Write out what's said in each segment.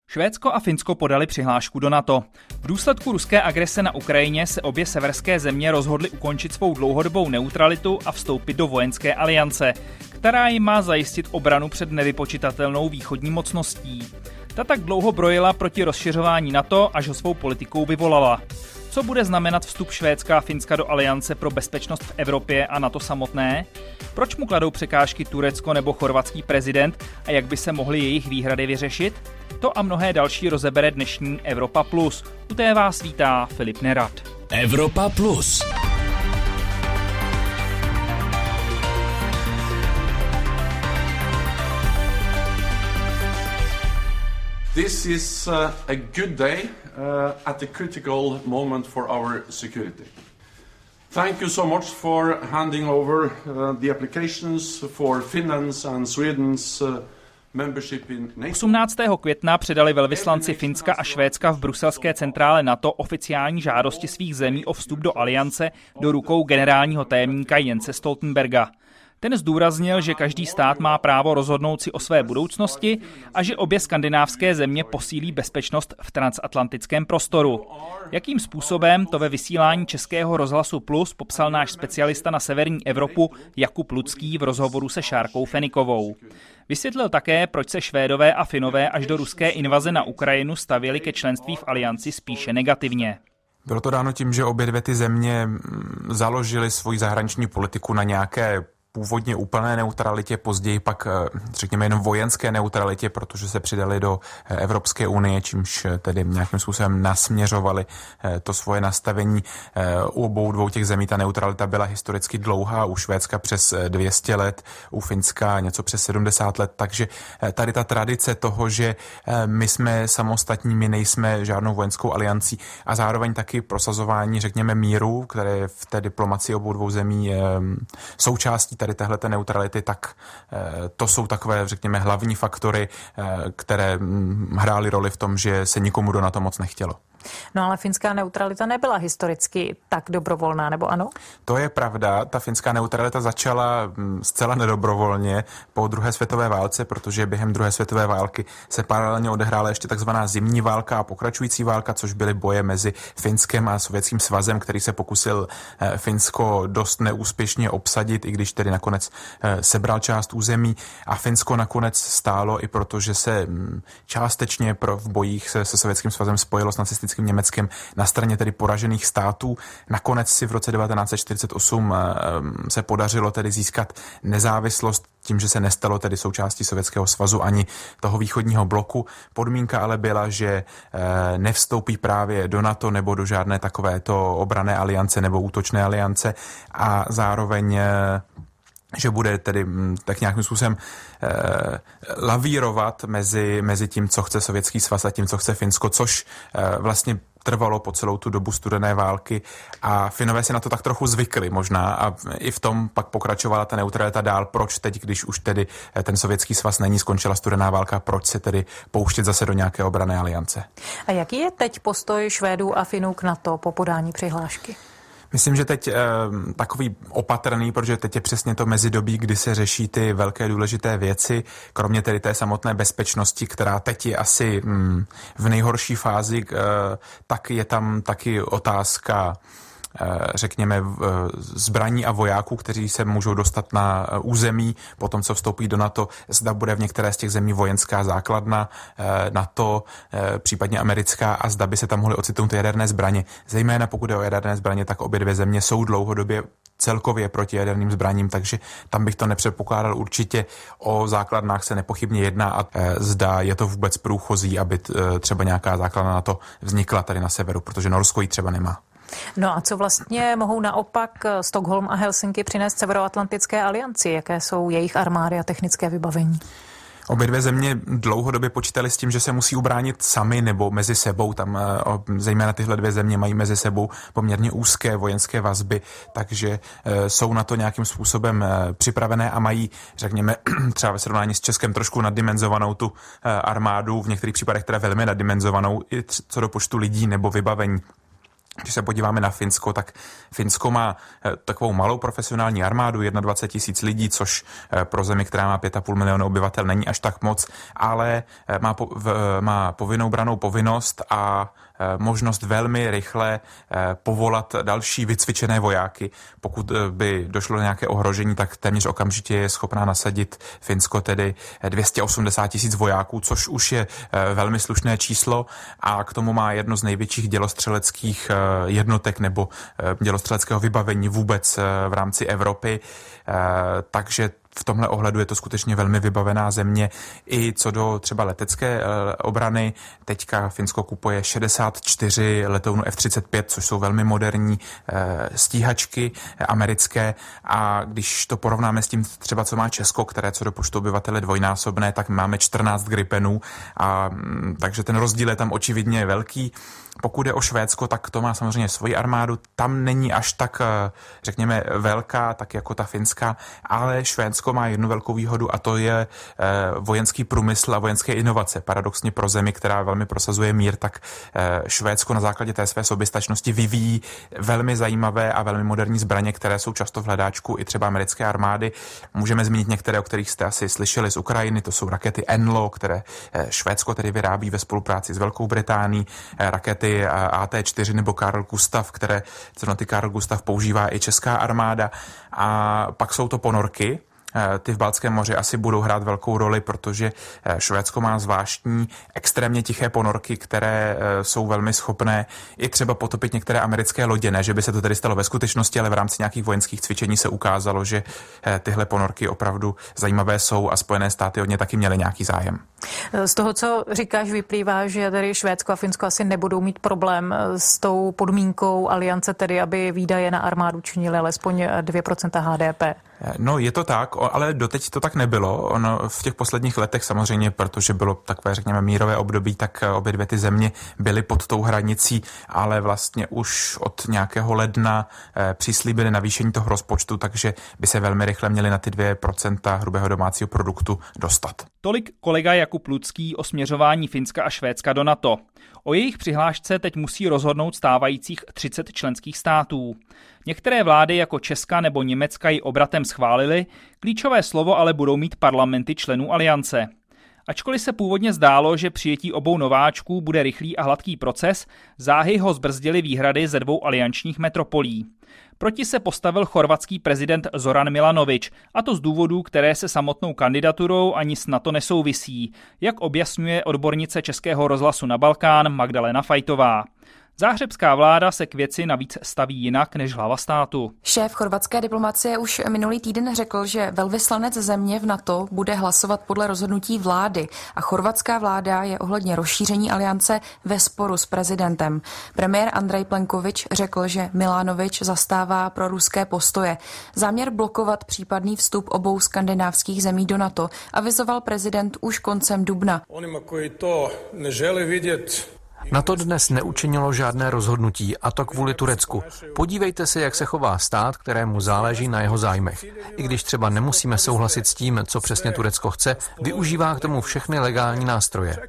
Švédsko a Finsko podali přihlášku do NATO. V důsledku ruské agrese na Ukrajině se obě severské země rozhodly ukončit svou dlouhodobou neutralitu a vstoupit do vojenské aliance, která jim má zajistit obranu před nevypočitatelnou východní mocností. Ta tak dlouho brojila proti rozšiřování NATO, až ho svou politikou vyvolala. Co bude znamenat vstup Švédska a Finska do aliance pro bezpečnost v Evropě a NATO samotné? Proč mu kladou překážky Turecko nebo chorvatský prezident a jak by se mohly jejich výhrady vyřešit? To a mnohé další rozebere dnešní Evropa Plus. U té vás vítá Filip Nerad. Evropa Plus. This is a good day at a critical moment for our security. Thank you so much for handing over the applications for Finland's and Sweden's membership in NATO. 18. května předali velvyslanci Finska a Švédska v bruselské centrále NATO oficiální žádosti svých zemí o vstup do aliance do rukou generálního tajemníka Jense Stoltenberga. Ten zdůraznil, že každý stát má právo rozhodnout si o své budoucnosti a že obě skandinávské země posílí bezpečnost v transatlantickém prostoru. Jakým způsobem, to ve vysílání Českého rozhlasu Plus popsal náš specialista na severní Evropu Jakub Lucký v rozhovoru se Šárkou Fenikovou. Vysvětlil také, proč se Švédové a Finové až do ruské invaze na Ukrajinu stavěli ke členství v alianci spíše negativně. Bylo to dáno tím, že obě dvě ty země založily svoji zahraniční politiku na nějaké původně úplné neutralitě, později pak řekněme jen vojenské neutralitě, protože se přidali do Evropské unie, čímž tedy nějakým způsobem nasměřovali to svoje nastavení. U obou dvou těch zemí ta neutralita byla historicky dlouhá, u Švédska přes 200 let, u Finska něco přes 70 let, takže tady ta tradice toho, že my jsme samostatní, my nejsme žádnou vojenskou aliancí a zároveň taky prosazování, řekněme, míru, které je v té diplomacii obou dvou zemí součástí tady téhleté neutrality, tak to jsou takové, řekněme, hlavní faktory, které hrály roli v tom, že se nikomu do NATO moc nechtělo. No ale finská neutralita nebyla historicky tak dobrovolná, nebo ano? To je pravda, ta finská neutralita začala zcela nedobrovolně po druhé světové válce, protože během druhé světové války se paralelně odehrála ještě takzvaná zimní válka a pokračující válka, což byly boje mezi Finskem a Sovětským svazem, který se pokusil Finsko dost neúspěšně obsadit, i když tedy nakonec sebral část území a Finsko nakonec stálo i proto, že se částečně v bojích se Sovětským svazem spojilo s nacistickým Německem na straně tedy poražených států. Nakonec si v roce 1948 se podařilo tedy získat nezávislost tím, že se nestalo tedy součástí Sovětského svazu ani toho východního bloku. Podmínka ale byla, že nevstoupí právě do NATO nebo do žádné takovéto obranné aliance nebo útočné aliance a zároveň že bude tedy tak nějakým způsobem lavírovat mezi tím, co chce Sovětský svaz a tím, co chce Finsko, což vlastně trvalo po celou tu dobu studené války a Finové si na to tak trochu zvykli možná a i v tom pak pokračovala ta neutralita dál. Proč teď, když už tedy ten Sovětský svaz není, skončila studená válka, proč se tedy pouštět zase do nějaké obranné aliance? A jaký je teď postoj Švédů a Finů k NATO po podání přihlášky? Myslím, že teď takový opatrný, protože teď je přesně to mezidobí, kdy se řeší ty velké důležité věci, kromě tedy té samotné bezpečnosti, která teď je asi v nejhorší fázi, tak je tam taky otázka řekněme zbraní a vojáků, kteří se můžou dostat na území po tom, co vstoupí do NATO, zda bude v některé z těch zemí vojenská základna NATO, případně americká a zda by se tam mohly ocitnout jaderné zbraně. Zejména pokud je o jaderné zbraně, tak obě dvě země jsou dlouhodobě celkově proti jaderným zbraním, takže tam bych to nepředpokládal určitě. O základnách se nepochybně jedná a zda je to vůbec průchozí, aby třeba nějaká základna NATO vznikla tady na severu, protože Norsko ji třeba nemá. No a co vlastně mohou naopak Stockholm a Helsinki přinést Severoatlantické alianci? Jaké jsou jejich armády a technické vybavení? Obě dvě země dlouhodobě počítali s tím, že se musí ubránit sami nebo mezi sebou. Tam zejména tyhle dvě země mají mezi sebou poměrně úzké vojenské vazby, takže jsou na to nějakým způsobem připravené a mají, řekněme, třeba ve srovnání s Českem trošku naddimenzovanou tu armádu, v některých případech teda velmi naddimenzovanou, i co do počtu lidí nebo vybavení. Když se podíváme na Finsko, tak Finsko má takovou malou profesionální armádu, 21 000 lidí, což pro zemi, která má 5,5 milionu obyvatel, není až tak moc, ale má povinnou brannou povinnost a možnost velmi rychle povolat další vycvičené vojáky. Pokud by došlo na nějaké ohrožení, tak téměř okamžitě je schopná nasadit Finsko tedy 280 000 vojáků, což už je velmi slušné číslo a k tomu má jedno z největších dělostřeleckých jednotek nebo dělostřeleckého vybavení vůbec v rámci Evropy. Takže v tomhle ohledu je to skutečně velmi vybavená země. I co do třeba letecké obrany, teďka Finsko kupuje 64 letounů F-35, což jsou velmi moderní stíhačky americké a když to porovnáme s tím třeba, co má Česko, které co do počtu obyvatel je dvojnásobné, tak máme 14 Gripenů a takže ten rozdíl je tam očividně velký. Pokud je o Švédsko, tak to má samozřejmě svoji armádu. Tam není až tak, řekněme, velká, tak jako ta finská, ale Švédsko má jednu velkou výhodu a to je vojenský průmysl a vojenské inovace. Paradoxně pro zemi, která velmi prosazuje mír, tak Švédsko na základě té své soběstačnosti vyvíjí velmi zajímavé a velmi moderní zbraně, které jsou často v hledáčku i třeba americké armády. Můžeme zmínit některé, o kterých jste asi slyšeli z Ukrajiny, to jsou rakety NLO, které Švédsko tedy vyrábí ve spolupráci s Velkou Británií, rakety AT-4 nebo Carl Gustaf, které zrovna ty Carl Gustaf používá i česká armáda. A pak jsou to ponorky. Ty v Baltském moři asi budou hrát velkou roli, protože Švédsko má zvláštní extrémně tiché ponorky, které jsou velmi schopné i třeba potopit některé americké lodě. Ne, že by se to tedy stalo ve skutečnosti, ale v rámci nějakých vojenských cvičení se ukázalo, že tyhle ponorky opravdu zajímavé jsou a Spojené státy od ně taky měly nějaký zájem. Z toho, co říkáš, vyplývá, že tady Švédsko a Finsko asi nebudou mít problém s tou podmínkou aliance, tedy aby výdaje na armádu činily alespoň 2% HDP. No, je to tak, ale doteď to tak nebylo. Ono v těch posledních letech samozřejmě, protože bylo takové, řekněme, mírové období, tak obě dvě ty země byly pod tou hranicí, ale vlastně už od nějakého ledna přislíbili navýšení toho rozpočtu, takže by se velmi rychle měli na ty 2% hrubého domácího produktu dostat. Tolik kolega Jakub Lucký o směřování Finska a Švédska do NATO. O jejich přihlášce teď musí rozhodnout stávajících 30 členských států. Některé vlády jako Česka nebo Německa ji obratem schválily, klíčové slovo ale budou mít parlamenty členů aliance. Ačkoliv se původně zdálo, že přijetí obou nováčků bude rychlý a hladký proces, záhy ho zbrzdily výhrady ze dvou aliančních metropolí. Proti se postavil chorvatský prezident Zoran Milanović, a to z důvodů, které se samotnou kandidaturou ani s NATO nesouvisí, jak objasňuje odbornice Českého rozhlasu Na Balkán Magdalena Fajtová. Záhřebská vláda se k věci navíc staví jinak než hlava státu. Šéf chorvatské diplomacie už minulý týden řekl, že velvyslanec země v NATO bude hlasovat podle rozhodnutí vlády a chorvatská vláda je ohledně rozšíření aliance ve sporu s prezidentem. Premiér Andrej Plenković řekl, že Milanović zastává proruské postoje. Záměr blokovat případný vstup obou skandinávských zemí do NATO avizoval prezident už koncem dubna. Onima koji to ne žele vidět. NATO dnes neučinilo žádné rozhodnutí, a to kvůli Turecku. Podívejte se, jak se chová stát, kterému záleží na jeho zájmech. I když třeba nemusíme souhlasit s tím, co přesně Turecko chce, využívá k tomu všechny legální nástroje.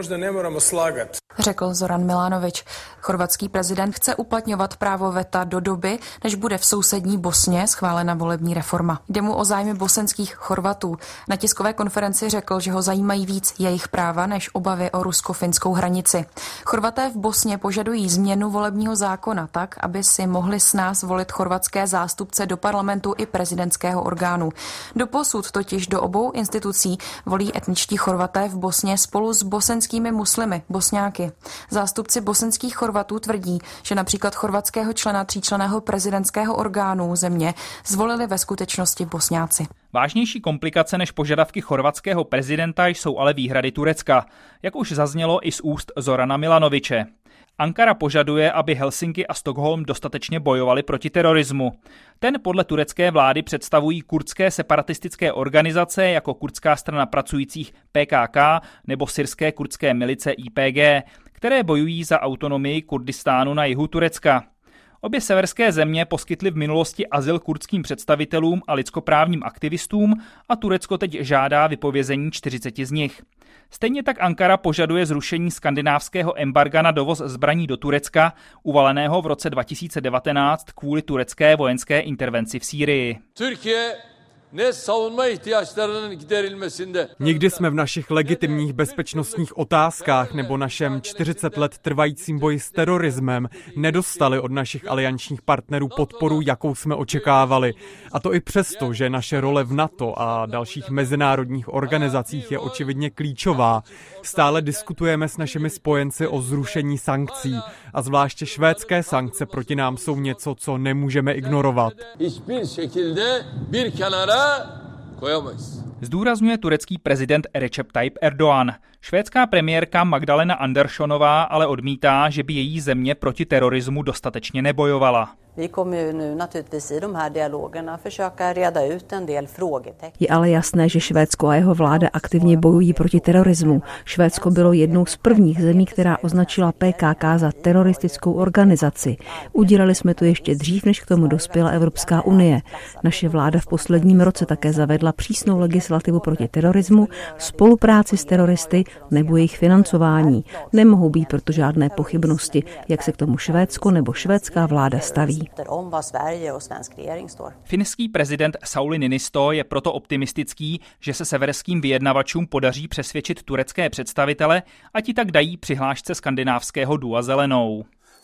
Řekl Zoran Milanović. Chorvatský prezident chce uplatňovat právo veta do doby, než bude v sousední Bosně schválena volební reforma. Jde mu o zájmy bosenských Chorvatů. Na tiskové konferenci řekl, že ho zajímají víc jejich práva než obavy o rusko-finskou hranici. Chorvaté v Bosně požadují změnu volebního zákona tak, aby si mohli snáz volit chorvatské zástupce do parlamentu i prezidentského orgánu. Doposud totiž do obou institucí volí etničtí Chorvaté v Bosně spolu s bosenskými muslimy, Bosňáky. Zástupci bosenských Chorvatů tvrdí, že například chorvatského člena tříčlenného prezidentského orgánu země zvolili ve skutečnosti Bosňáci. Vážnější komplikace než požadavky chorvatského prezidenta jsou ale výhrady Turecka, jak už zaznělo i z úst Zorana Milanoviče. Ankara požaduje, aby Helsinki a Stockholm dostatečně bojovali proti terorismu. Ten podle turecké vlády představují kurdské separatistické organizace jako Kurdská strana pracujících PKK nebo syrské kurdské milice YPG, které bojují za autonomii Kurdistánu na jihu Turecka. Obě severské země poskytly v minulosti azyl kurdským představitelům a lidskoprávním aktivistům a Turecko teď žádá vypovězení 40 z nich. Stejně tak Ankara požaduje zrušení skandinávského embarga na dovoz zbraní do Turecka, uvaleného v roce 2019 kvůli turecké vojenské intervenci v Sýrii. Nikdy jsme v našich legitimních bezpečnostních otázkách nebo našem 40 let trvajícím boji s terorismem nedostali od našich aliančních partnerů podporu, jakou jsme očekávali. A to i přesto, že naše role v NATO a dalších mezinárodních organizacích je očividně klíčová. Stále diskutujeme s našimi spojenci o zrušení sankcí a zvláště švédské sankce proti nám jsou něco, co nemůžeme ignorovat. Zdůrazňuje turecký prezident Recep Tayyip Erdoğan. Švédská premiérka Magdalena Anderssonová ale odmítá, že by její země proti terorismu dostatečně nebojovala. Je ale jasné, že Švédsko a jeho vláda aktivně bojují proti terorismu. Švédsko bylo jednou z prvních zemí, která označila PKK za teroristickou organizaci. Udělali jsme to ještě dřív, než k tomu dospěla Evropská unie. Naše vláda v posledním roce také zavedla přísnou legislativu proti terorismu, spolupráci s teroristy nebo jejich financování. Nemohou být proto žádné pochybnosti, jak se k tomu Švédsko nebo švédská vláda staví. Finský prezident Sauli Niinisto je proto optimistický, že se severským vyjednavačům podaří přesvědčit turecké představitele a ti tak dají přihlášce skandinávského dua zelenou.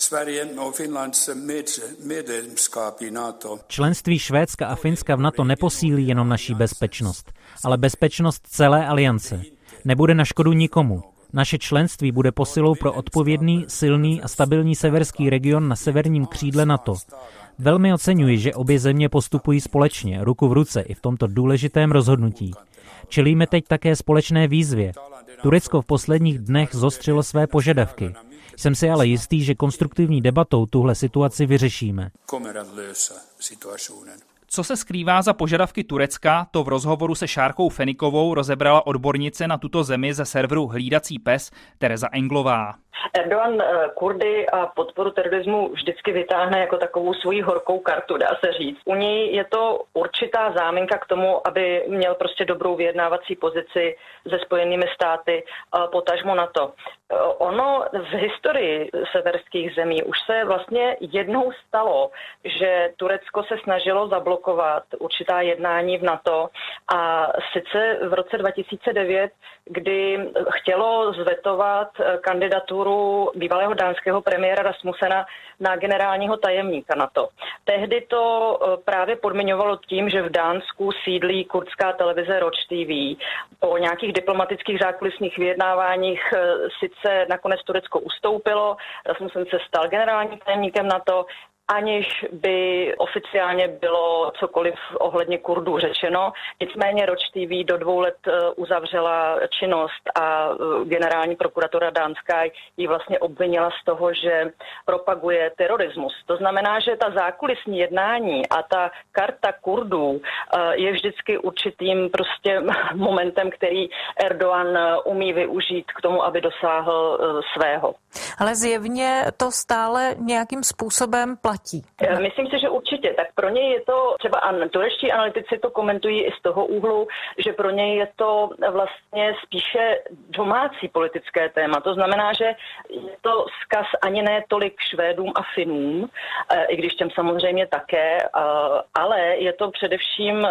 Členství Švédska a Finska v NATO neposílí jenom naší bezpečnost, ale bezpečnost celé aliance. Nebude na škodu nikomu. Naše členství bude posilou pro odpovědný, silný a stabilní severský region na severním křídle NATO. Velmi oceňuji, že obě země postupují společně, ruku v ruce i v tomto důležitém rozhodnutí. Čelíme teď také společné výzvě. Turecko v posledních dnech zostřilo své požadavky. Jsem si ale jistý, že konstruktivní debatou tuhle situaci vyřešíme. Co se skrývá za požadavky Turecka, to v rozhovoru se Šárkou Fenikovou rozebrala odbornice na tuto zemi ze serveru Hlídací pes Tereza Englová. Erdogan Kurdy a podporu terorismu vždycky vytáhne jako takovou svoji horkou kartu, dá se říct. U něj je to určitá záminka k tomu, aby měl prostě dobrou vyjednávací pozici se Spojenými státy, potažmo NATO. Ono v historii severských zemí už se vlastně jednou stalo, že Turecko se snažilo zablokovat určitá jednání v NATO a sice v roce 2009, kdy chtělo zvetovat kandidaturu bývalého dánského premiéra Rasmussena na generálního tajemníka NATO. Tehdy to právě podmiňovalo tím, že v Dánsku sídlí kurdská televize Roč TV. Po nějakých diplomatických zákulisních vyjednáváních sice nakonec Turecko ustoupilo, Rasmussen se stal generálním tajemníkem NATO, aniž by oficiálně bylo cokoliv ohledně Kurdů řečeno. Nicméně Roč TV do 2 let uzavřela činnost a generální prokuratura dánská ji vlastně obvinila z toho, že propaguje terorismus. To znamená, že ta zákulisní jednání a ta karta Kurdů je vždycky určitým prostě momentem, který Erdogan umí využít k tomu, aby dosáhl svého. Ale zjevně to stále nějakým způsobem platí. Myslím si, že určitě. Tak pro něj je to, třeba turečtí analytici to komentují i z toho úhlu, že pro něj je to vlastně spíše domácí politické téma. To znamená, že je to vzkaz ani ne tolik Švédům a Finům, i když těm samozřejmě také, ale je to především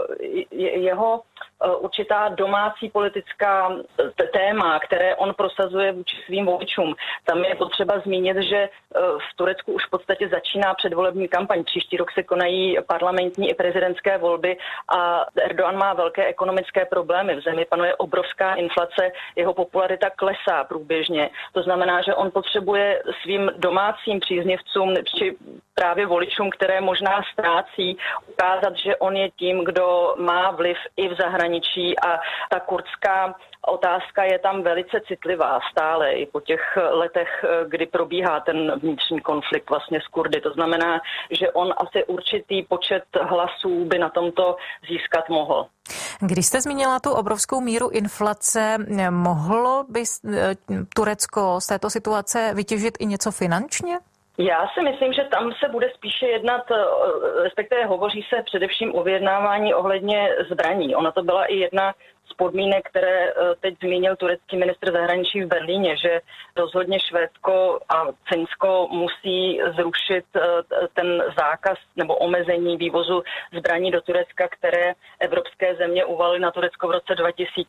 jeho určitá domácí politická téma, které on prosazuje vůči svým voličům. Tam je potřeba zmínit, že v Turecku už v podstatě začíná předvolební kampaň. Příští rok se konají parlamentní i prezidentské volby a Erdogan má velké ekonomické problémy. V zemi panuje obrovská inflace, jeho popularita klesá průběžně. To znamená, že on potřebuje svým domácím příznivcům či právě voličům, které možná ztrácí, ukázat, že on je tím, kdo má vliv i v zahraničí a ta kurdská otázka je tam velice citlivá stále i po těch letech, kdy probíhá ten vnitřní konflikt vlastně s Kurdy. To znamená, že on asi určitý počet hlasů by na tomto získat mohl. Když jste zmínila tu obrovskou míru inflace, mohlo by Turecko z této situace vytěžit i něco finančně? Já si myslím, že tam se bude spíše jednat, respektive hovoří se především o vyjednávání ohledně zbraní. Ona to byla i jedna z podmínek, které teď zmínil turecký ministr zahraničí v Berlíně, že rozhodně Švédsko a Finsko musí zrušit ten zákaz nebo omezení vývozu zbraní do Turecka, které evropské země uvalily na Turecko v roce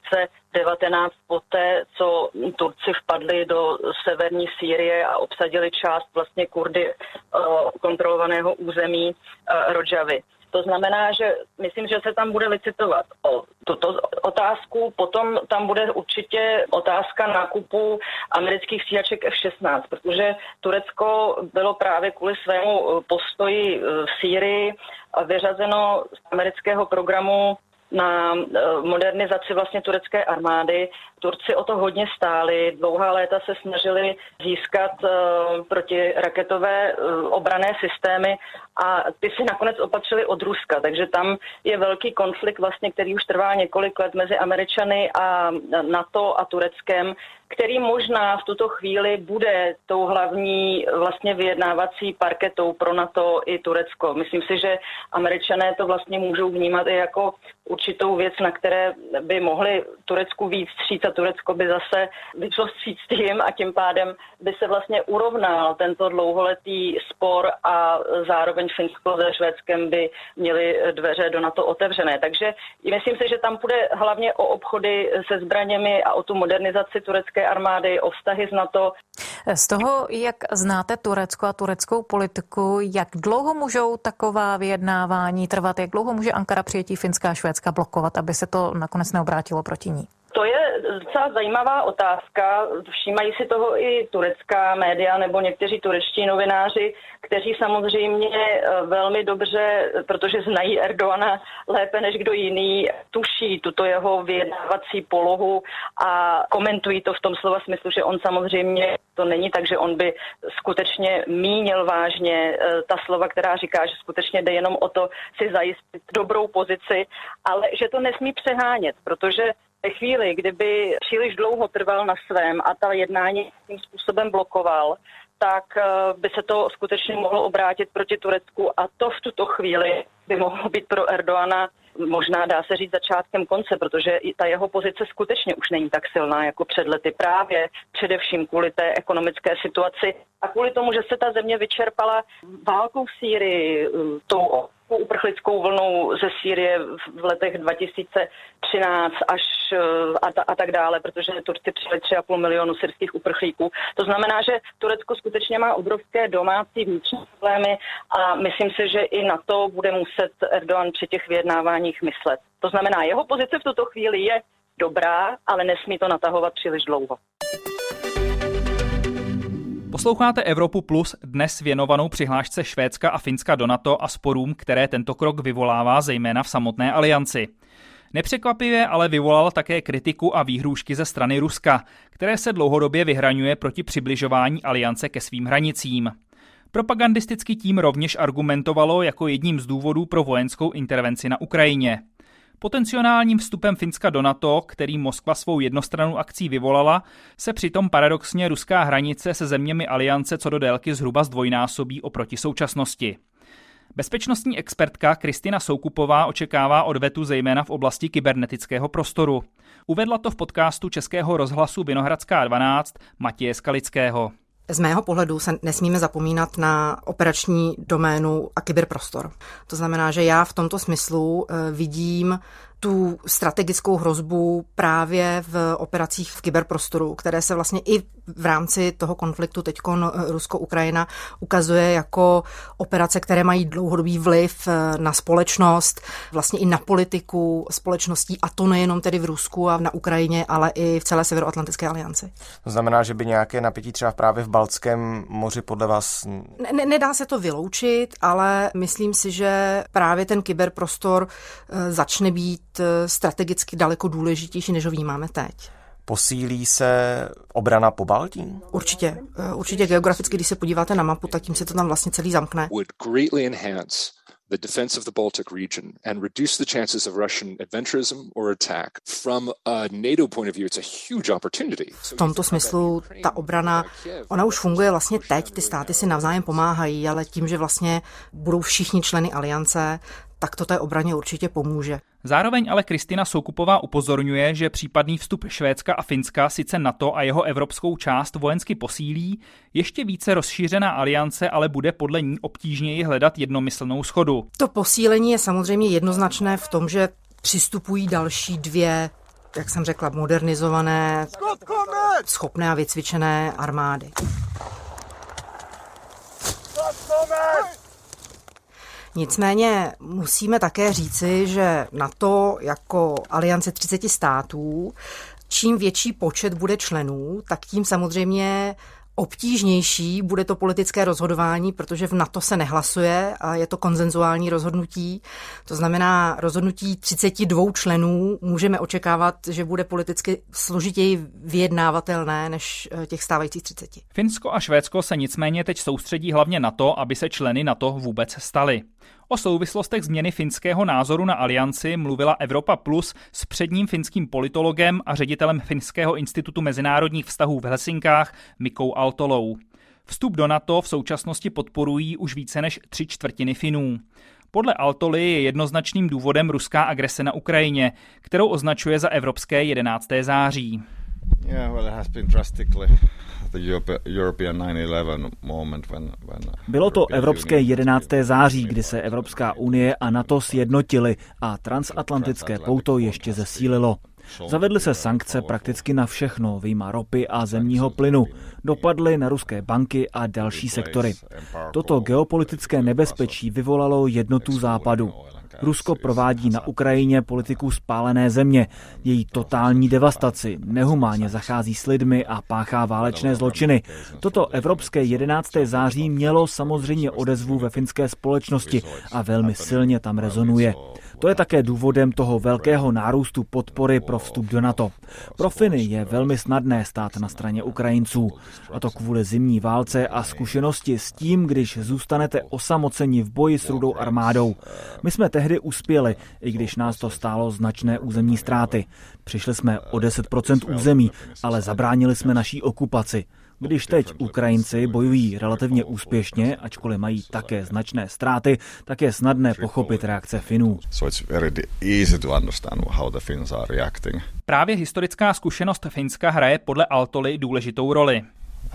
2019 poté, co Turci vpadli do severní Sýrie a obsadili část vlastně Kurdy kontrolovaného území Rodžavy. To znamená, že myslím, že se tam bude licitovat o tuto otázku, potom tam bude určitě otázka nákupu amerických stíhaček F-16, protože Turecko bylo právě kvůli svému postoji v Sýrii vyřazeno z amerického programu na modernizaci vlastně turecké armády. Turci o to hodně stáli, dlouhá léta se snažili získat protiraketové obranné systémy a ty si nakonec opatřili od Ruska, takže tam je velký konflikt vlastně, který už trvá několik let mezi Američany a NATO a Tureckem, který možná v tuto chvíli bude tou hlavní vlastně vyjednávací parketou pro NATO i Turecko. Myslím si, že Američané to vlastně můžou vnímat i jako určitou věc, na které by mohli Turecku víc vstříc a Turecko by zase vyšlo vstříc tím a tím pádem by se vlastně urovnal tento dlouholetý spor a zároveň Finsko se Švédskem by měli dveře do NATO otevřené. Takže myslím si, že tam půjde hlavně o obchody se zbraněmi a o tu modernizaci turecké armády, o vztahy s NATO. Z toho, jak znáte Turecko a tureckou politiku, jak dlouho můžou taková vyjednávání trvat, jak dlouho může Ankara přijetí Finska a Švédska blokovat, aby se to nakonec neobrátilo proti ní? To je docela zajímavá otázka. Všímají si toho i turecká média nebo někteří turečtí novináři, kteří samozřejmě velmi dobře, protože znají Erdogana lépe než kdo jiný, tuší tuto jeho vyjednávací polohu a komentují to v tom slova smyslu, že on samozřejmě to není tak, že on by skutečně mínil vážně ta slova, která říká, že skutečně jde jenom o to si zajistit dobrou pozici, ale že to nesmí přehánět, protože ve chvíli, kdyby příliš dlouho trval na svém a ta jednání tím způsobem blokoval, tak by se to skutečně mohlo obrátit proti Turecku a to v tuto chvíli by mohlo být pro Erdogana možná dá se říct začátkem konce, protože ta jeho pozice skutečně už není tak silná jako před lety právě především kvůli té ekonomické situaci a kvůli tomu, že se ta země vyčerpala válkou v Sýrii, tou uprchlickou vlnou ze Sýrie v letech 2013 až a tak dále, protože Turci přijeli 3,5 milionu syrských uprchlíků. To znamená, že Turecko skutečně má obrovské domácí vnitřní problémy a myslím si, že i na to bude muset Erdogan při těch vyjednáváních myslet. To znamená, jeho pozice v tuto chvíli je dobrá, ale nesmí to natahovat příliš dlouho. Posloucháte Evropu Plus, dnes věnovanou přihlášce Švédska a Finska do NATO a sporům, které tento krok vyvolává zejména v samotné alianci. Nepřekvapivě ale vyvolal také kritiku a výhrůžky ze strany Ruska, které se dlouhodobě vyhraňuje proti přibližování aliance ke svým hranicím. Propagandisticky tím rovněž argumentovalo jako jedním z důvodů pro vojenskou intervenci na Ukrajině. Potenciálním vstupem Finska do NATO, který Moskva svou jednostrannou akcí vyvolala, se přitom paradoxně ruská hranice se zeměmi aliance co do délky zhruba zdvojnásobí oproti současnosti. Bezpečnostní expertka Kristina Soukupová očekává odvetu zejména v oblasti kybernetického prostoru. Uvedla to v podcastu Českého rozhlasu Vinohradská 12 Matěje Skalického. Z mého pohledu se nesmíme zapomínat na operační doménu a kyberprostor. To znamená, že já v tomto smyslu vidím tu strategickou hrozbu právě v operacích v kyberprostoru, které se vlastně i v rámci toho konfliktu teďkon Rusko-Ukrajina ukazuje jako operace, které mají dlouhodobý vliv na společnost, vlastně i na politiku společností, a to nejenom tedy v Rusku a na Ukrajině, ale i v celé Severoatlantické alianci. To znamená, že by nějaké napětí třeba právě v Baltském moři podle vás... Nedá se to vyloučit, ale myslím si, že právě ten kyberprostor začne být strategicky daleko důležitější, než ho vnímáme teď. Posílí se obrana Pobaltí? Určitě. Určitě geograficky, když se podíváte na mapu, tak tím se to tam vlastně celý zamkne. The defense of the Baltic region and reduce the chances of Russian adventurism or attack. From a NATO point of view, it's a huge opportunity. V tomto smyslu ta obrana, ona už funguje vlastně teď, ty státy si navzájem pomáhají, ale tím, že vlastně budou všichni členy aliance, tak to té obraně určitě pomůže. Zároveň ale Kristina Soukupová upozorňuje, že případný vstup Švédska a Finska sice NATO a jeho evropskou část vojensky posílí, ještě více rozšířená aliance ale bude podle ní obtížněji hledat jednomyslnou shodu. To posílení je samozřejmě jednoznačné v tom, že přistupují další dvě, jak jsem řekla, modernizované, schopné a vycvičené armády. Nicméně musíme také říci, že NATO jako aliance 30 států, čím větší počet bude členů, tak tím samozřejmě obtížnější bude to politické rozhodování, protože v NATO se nehlasuje a je to konsenzuální rozhodnutí. To znamená, rozhodnutí 32 členů můžeme očekávat, že bude politicky složitěji vyjednávatelné než těch stávajících 30. Finsko a Švédsko se nicméně teď soustředí hlavně na to, aby se členy NATO vůbec stali. O souvislostech změny finského názoru na alianci mluvila Evropa Plus s předním finským politologem a ředitelem Finského institutu mezinárodních vztahů v Helsinkách Mikou Altolou. Vstup do NATO v současnosti podporují už více než 3/4 Finů. Podle Altoly je jednoznačným důvodem ruská agrese na Ukrajině, kterou označuje za evropské 11. září. Bylo to evropské 11. září, kdy se Evropská unie a NATO sjednotily a transatlantické pouto ještě zesílilo. Zavedly se sankce prakticky na všechno, vyjma ropy a zemního plynu. Dopadly na ruské banky a další sektory. Toto geopolitické nebezpečí vyvolalo jednotu Západu. Rusko provádí na Ukrajině politiku spálené země, její totální devastaci, nehumánně zachází s lidmi a páchá válečné zločiny. Toto evropské 11. září mělo samozřejmě odezvu ve finské společnosti a velmi silně tam rezonuje. To je také důvodem toho velkého nárůstu podpory pro vstup do NATO. Pro Finy je velmi snadné stát na straně Ukrajinců. A to kvůli zimní válce a zkušenosti s tím, když zůstanete osamoceni v boji s Rudou armádou. My jsme tehdy uspěli, i když nás to stálo značné územní ztráty. Přišli jsme o 10% území, ale zabránili jsme naší okupaci. Když teď Ukrajinci bojují relativně úspěšně, ačkoliv mají také značné ztráty, tak je snadné pochopit reakce Finů. Právě historická zkušenost Finska hraje podle Altoly důležitou roli.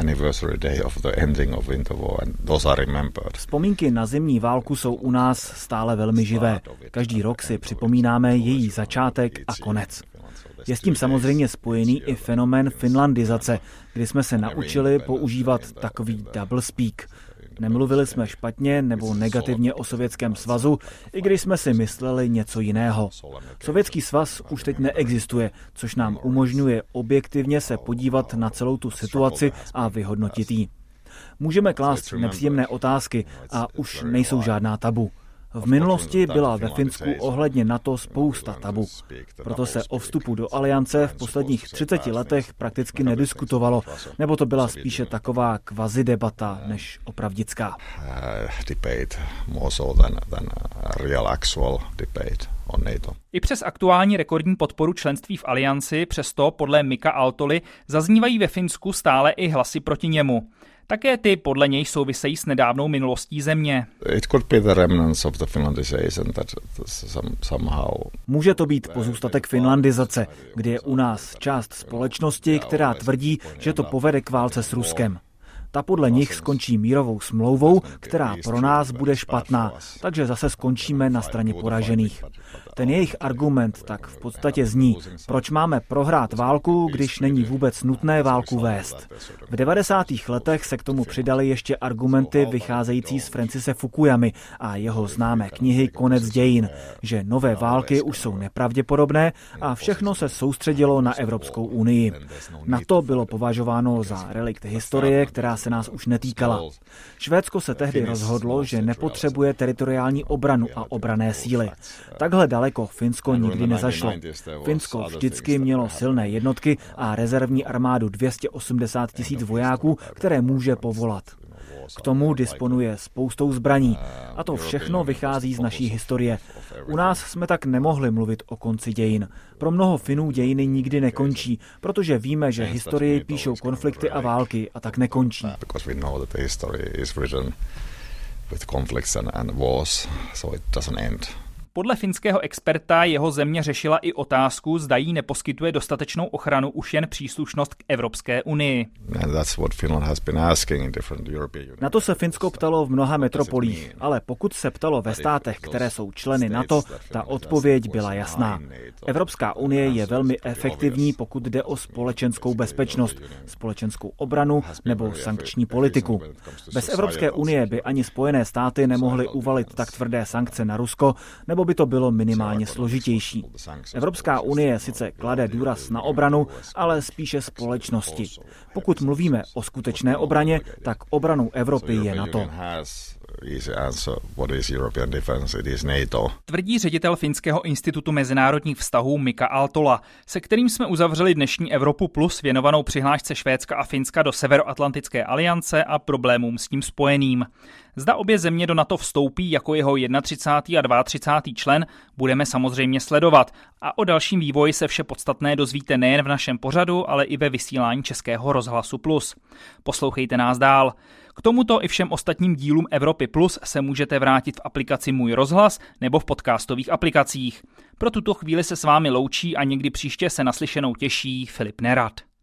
Vzpomínky na zimní válku jsou u nás stále velmi živé. Každý rok si připomínáme její začátek a konec. Je s tím samozřejmě spojený i fenomén finlandizace, kdy jsme se naučili používat takový double speak. Nemluvili jsme špatně nebo negativně o Sovětském svazu, i když jsme si mysleli něco jiného. Sovětský svaz už teď neexistuje, což nám umožňuje objektivně se podívat na celou tu situaci a vyhodnotit ji. Můžeme klást nepříjemné otázky a už nejsou žádná tabu. V minulosti byla ve Finsku ohledně NATO spousta tabu. Proto se o vstupu do aliance v posledních 30 letech prakticky nediskutovalo, nebo to byla spíše taková kvazidebata než opravdická. I přes aktuální rekordní podporu členství v alianci, přesto podle Mika Altoly zaznívají ve Finsku stále i hlasy proti němu. Také ty podle něj souvisejí s nedávnou minulostí země. Může to být pozůstatek finlandizace, kdy je u nás část společnosti, která tvrdí, že to povede k válce s Ruskem. Ta podle nich skončí mírovou smlouvou, která pro nás bude špatná, takže zase skončíme na straně poražených. Ten jejich argument tak v podstatě zní, proč máme prohrát válku, když není vůbec nutné válku vést. V 90. letech se k tomu přidaly ještě argumenty vycházející z Francise Fukuyamy a jeho známé knihy Konec dějin, že nové války už jsou nepravděpodobné a všechno se soustředilo na Evropskou unii. Na to bylo považováno za relikt historie, která se nás už netýkala. Švédsko se tehdy rozhodlo, že nepotřebuje teritoriální obranu a obranné síly. Takhle daleko Finsko nikdy nezašlo. Finsko vždycky mělo silné jednotky a rezervní armádu 280 000 vojáků, které může povolat. K tomu disponuje spoustou zbraní. A to všechno vychází z naší historie. U nás jsme tak nemohli mluvit o konci dějin. Pro mnoho Finů dějiny nikdy nekončí, protože víme, že historii píšou konflikty a války a tak nekončí. Podle finského experta jeho země řešila i otázku, zda jí neposkytuje dostatečnou ochranu už jen příslušnost k Evropské unii. Na to se Finsko ptalo v mnoha metropolích, ale pokud se ptalo ve státech, které jsou členy NATO, ta odpověď byla jasná. Evropská unie je velmi efektivní, pokud jde o společenskou bezpečnost, společenskou obranu nebo sankční politiku. Bez Evropské unie by ani Spojené státy nemohly uvalit tak tvrdé sankce na Rusko, nebo by to bylo minimálně složitější. Evropská unie sice klade důraz na obranu, ale spíše společnosti. Pokud mluvíme o skutečné obraně, tak obranou Evropy je NATO. Tvrdí ředitel Finského institutu mezinárodních vztahů Mika Aaltola, se kterým jsme uzavřeli dnešní Evropu Plus věnovanou přihlášce Švédska a Finska do Severoatlantické aliance a problémům s tím spojeným. Zda obě země do NATO vstoupí jako jeho 31. a 32. člen, budeme samozřejmě sledovat. A o dalším vývoji se vše podstatné dozvíte nejen v našem pořadu, ale i ve vysílání Českého rozhlasu Plus. Poslouchejte nás dál. K tomuto i všem ostatním dílům Evropy Plus se můžete vrátit v aplikaci Můj rozhlas nebo v podcastových aplikacích. Pro tuto chvíli se s vámi loučí a někdy příště se naslyšenou těší Filip Nerad.